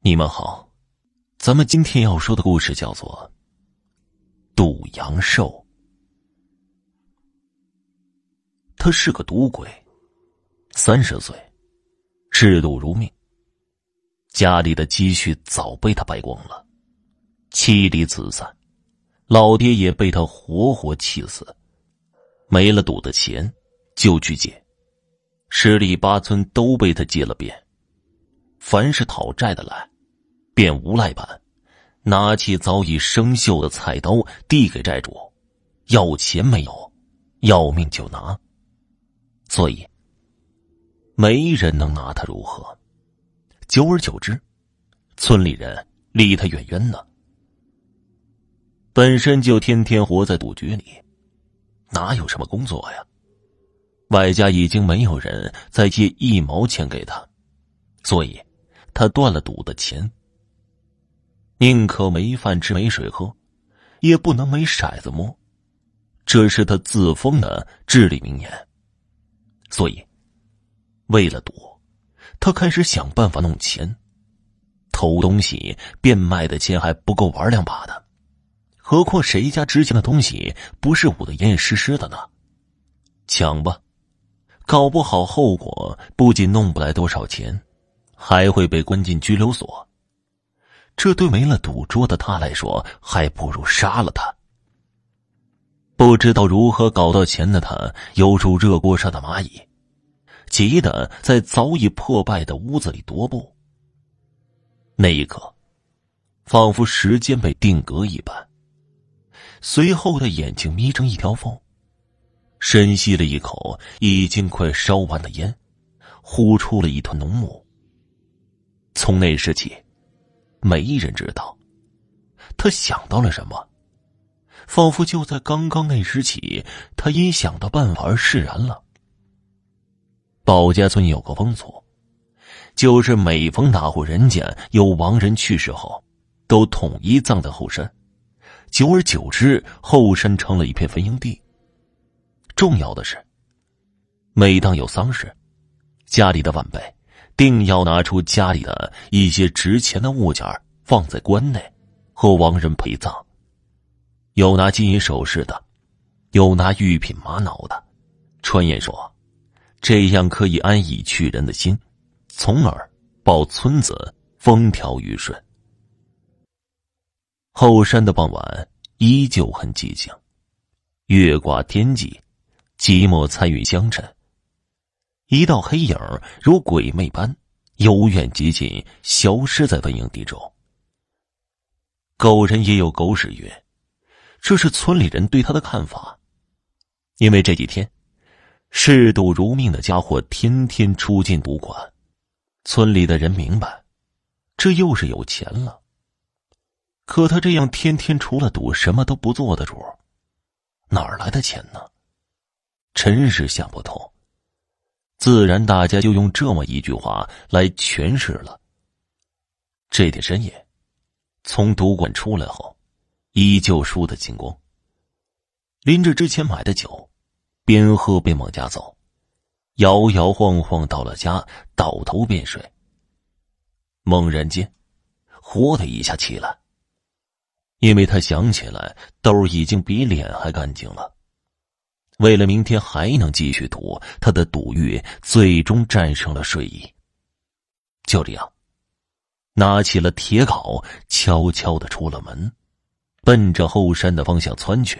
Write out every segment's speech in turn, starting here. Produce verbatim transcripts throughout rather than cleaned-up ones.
你们好，咱们今天要说的故事叫做赌阳寿。他是个赌鬼，三十岁，嗜赌如命，家里的积蓄早被他败光了，妻离子散，老爹也被他活活气死，没了赌的钱就去借，十里八村都被他借了遍。凡是讨债的来，便无赖般拿起早已生锈的菜刀递给债主，要钱没有，要命就拿。所以没人能拿他如何。久而久之，村里人离他远远的。本身就天天活在赌局里，哪有什么工作呀？外加已经没有人再借一毛钱给他，所以他断了赌的钱。宁可没饭吃没水喝，也不能没骰子摸，这是他自封的至理名言。所以为了赌，他开始想办法弄钱。偷东西变卖的钱还不够玩两把的，何况谁家值钱的东西不是捂得严严实实的呢？抢吧，搞不好后果不仅弄不来多少钱，还会被关进拘留所。这对没了赌桌的他来说，还不如杀了他。不知道如何搞到钱的他，犹如热锅上的蚂蚁，急得在早已破败的屋子里踱步。那一刻，仿佛时间被定格一般。随后的眼睛眯成一条缝，深吸了一口已经快烧完的烟，呼出了一团浓雾。从那时起，没人知道他想到了什么，仿佛就在刚刚那时起，他因想到办法而释然了。鲍家村有个风俗，就是每逢哪户人家有亡人去世后，都统一葬在后山。久而久之，后山成了一片坟营地。重要的是，每当有丧事，家里的晚辈定要拿出家里的一些值钱的物件放在棺内，和亡人陪葬。有拿金银首饰的，有拿玉品玛瑙的，传言说这样可以安已去人的心，从而保村子风调雨顺。后山的傍晚依旧很寂静，月挂天际，寂寞参与相衬。一道黑影如鬼魅般由远及近，消失在坟营地中。狗人也有狗屎运，这是村里人对他的看法。因为这几天嗜赌如命的家伙天天出进赌馆，村里的人明白这又是有钱了。可他这样天天除了赌什么都不做的主，哪儿来的钱呢？真是想不通。自然大家就用这么一句话来诠释了。这天深夜，从赌馆出来后，依旧输得精光。拎着之前买的酒，边喝边往家走，摇摇晃晃到了家，倒头便睡。猛然间，呼的一下起来，因为他想起来兜已经比脸还干净了。为了明天还能继续赌，他的赌欲最终战胜了睡意。就这样，拿起了铁镐，悄悄地出了门，奔着后山的方向窜去。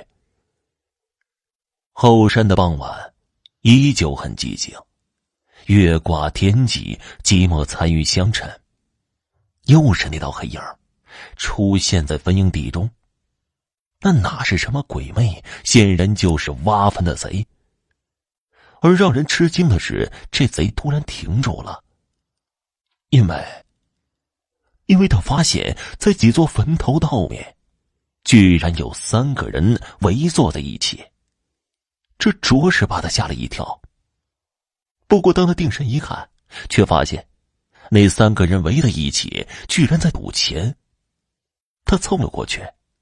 后山的傍晚依旧很寂静，月挂天际，寂寞参与相衬。又是那道黑影出现在坟营地中，那哪是什么鬼魅，显然就是挖坟的贼。而让人吃惊的是，这贼突然停住了，因为因为他发现在几座坟头的后面，居然有三个人围坐在一起，这着实把他吓了一跳。不过当他定神一看，却发现那三个人围在一起，居然在赌钱。他凑了过去，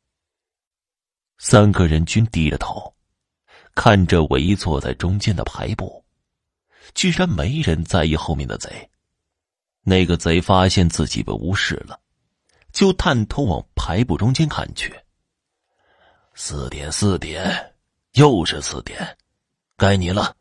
三个人均低着头，看着围坐在中间的排布，居然没人在意后面的贼。 那个贼发现自己被无视了，就探头往牌布中间看去。四点四点，又是四点，该你了。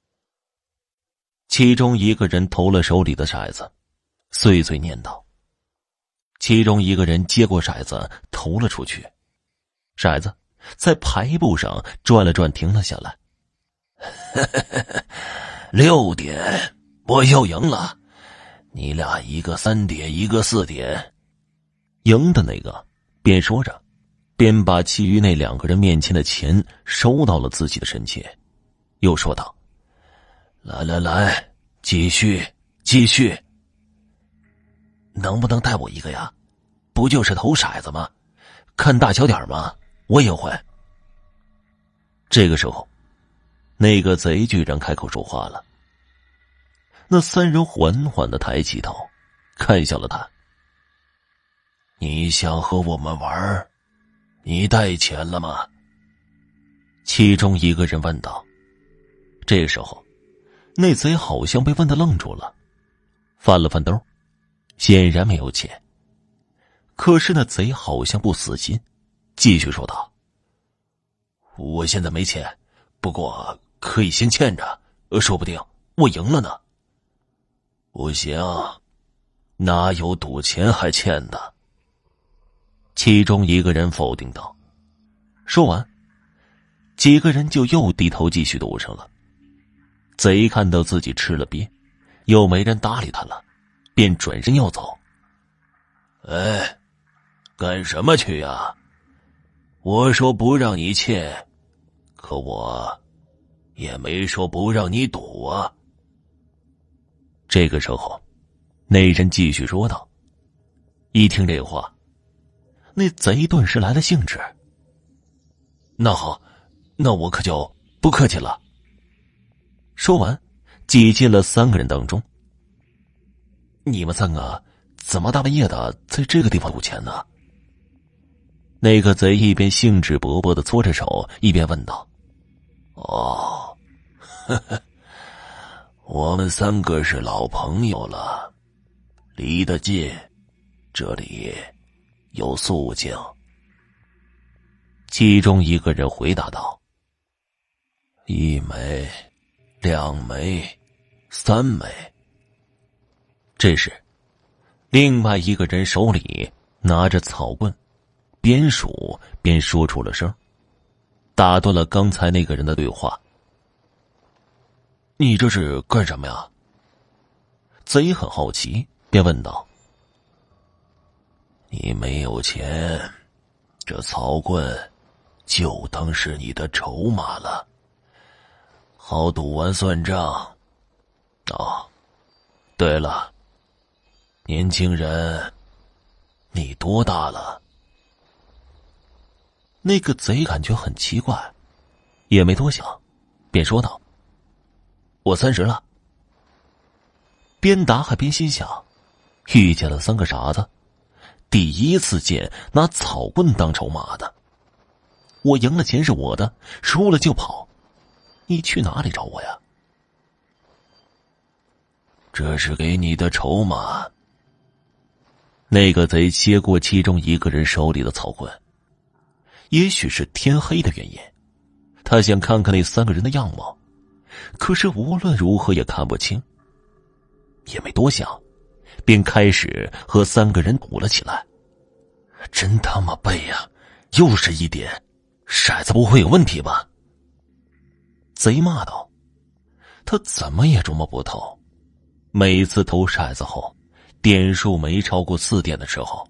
其中一个人投了手里的骰子，碎碎念道。其中一个人接过骰子投了出去，骰子在牌布上转了转，停了下来。六点，我又赢了。你俩一个三点，一个四点。赢的那个边说着，便把其余那两个人面前的钱收到了自己的身前，又说道：来来来，继续继续。能不能带我一个呀？不就是投骰子吗？看大小点吗？我也会。这个时候，那个贼居然开口说话了。那三人缓缓地抬起头，看向了他。你想和我们玩？你带钱了吗？其中一个人问道。这时候，那贼好像被问得愣住了，翻了翻兜，显然没有钱。可是那贼好像不死心，继续说道：我现在没钱，不过可以先欠着，说不定我赢了呢。不行，哪有赌钱还欠的？其中一个人否定道。说完，几个人就又低头继续赌上了。贼看到自己吃了瘪，又没人搭理他了，便转身要走。哎，干什么去呀？我说不让你欠，可我也没说不让你赌啊。这个时候，那人继续说道。一听这话，那贼顿时来了兴致。那好，那我可就不客气了。说完，挤进了三个人当中。你们三个怎么大半夜的在这个地方赌钱呢？那个贼一边兴致勃勃地搓着手，一边问道。哦，呵呵，我们三个是老朋友了，离得近，这里有肃静。其中一个人回答道。一枚，两枚，三枚。这时，另外一个人手里拿着草棍，边数边说出了声，打断了刚才那个人的对话。你这是干什么呀？贼很好奇，便问道。你没有钱，这草棍就当是你的筹码了，好赌完算账。哦，对了，年轻人，你多大了？那个贼感觉很奇怪，也没多想，便说道。我三十了。边答还边心想，遇见了三个傻子，第一次见拿草棍当筹码的。我赢了钱是我的，输了就跑，你去哪里找我呀？这是给你的筹码。那个贼接过其中一个人手里的草棍，也许是天黑的原因，他想看看那三个人的样貌，可是无论如何也看不清，也没多想，便开始和三个人赌了起来。真他妈背呀，又是一点，骰子不会有问题吧？贼骂道。他怎么也琢磨不透，每次投骰子后点数没超过四点的时候，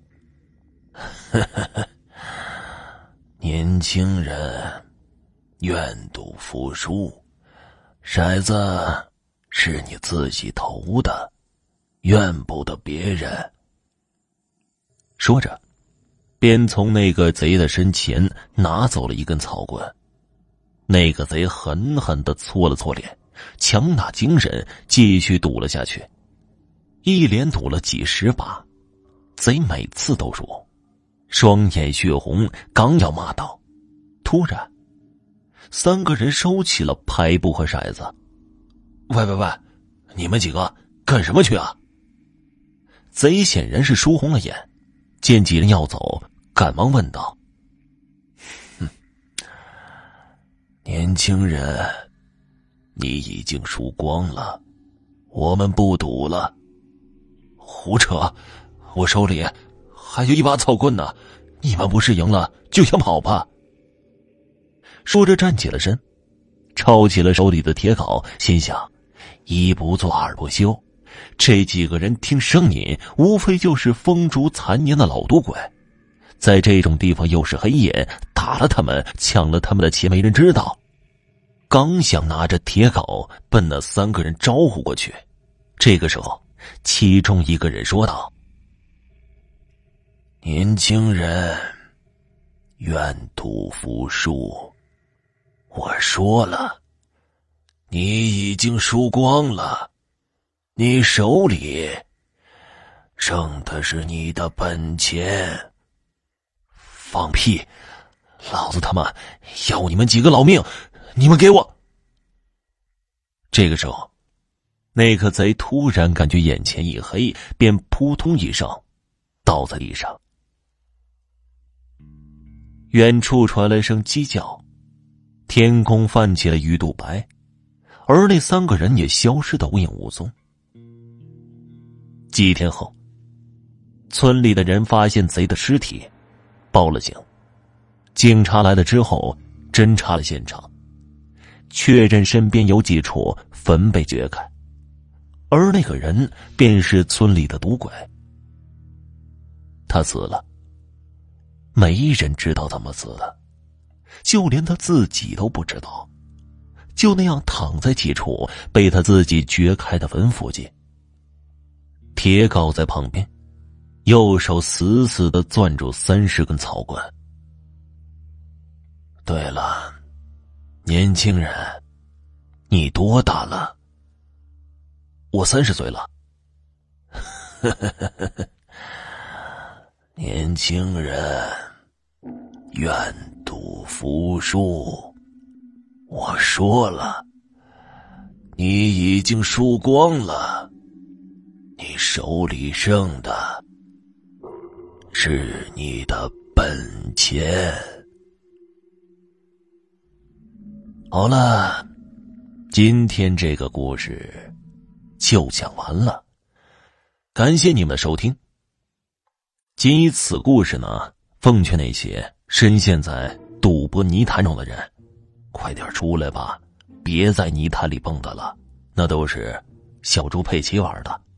年轻人愿赌服输，骰子是你自己投的，怨不得别人。说着，便从那个贼的身前拿走了一根草棍。那个贼狠狠地搓了搓脸，强打精神继续赌了下去，一连赌了几十把，贼每次都输，双眼血红，刚要骂道，突然三个人收起了牌布和骰子。喂喂喂，你们几个干什么去啊？ 贼显然是输红了眼，见几人要走，赶忙问道：“哼，年轻人，你已经输光了，我们不赌了。”“胡扯，我手里还有一把草棍呢，你们不是赢了就想跑吧？”说着站起了身，抄起了手里的铁镐，心想：一不做二不休，这几个人听声音无非就是风烛残年的老赌鬼，在这种地方又是黑夜，打了他们，抢了他们的钱没人知道。刚想拿着铁镐奔那三个人招呼过去，这个时候其中一个人说道：“年轻人，愿赌服输。我说了，你已经输光了，你手里剩的是你的本钱。”“放屁！老子他妈要你们几个老命，你们给我！”这个时候，那个贼突然感觉眼前一黑，便扑通一声倒在地上。远处传来声鸡叫，天空泛起了鱼肚白，而那三个人也消失得无影无踪。几天后，村里的人发现贼的尸体，报了警。警察来了之后，侦查了现场，确认身边有几处坟被掘开，而那个人便是村里的赌鬼。他死了，没人知道怎么死的，就连他自己都不知道，就那样躺在几处被他自己掘开的坟附近。铁镐在旁边，右手死死地攥住三十根草棍。“对了，年轻人，你多大了？”“我三十岁了。”“年轻人，愿赌服输。我说了，你已经输光了，你手里剩的是你的本钱。”好了，今天这个故事就讲完了，感谢你们的收听。仅以此故事呢，奉劝那些深陷在赌博泥潭中的人，快点出来吧，别在泥潭里蹦跶了，那都是小猪佩奇玩的。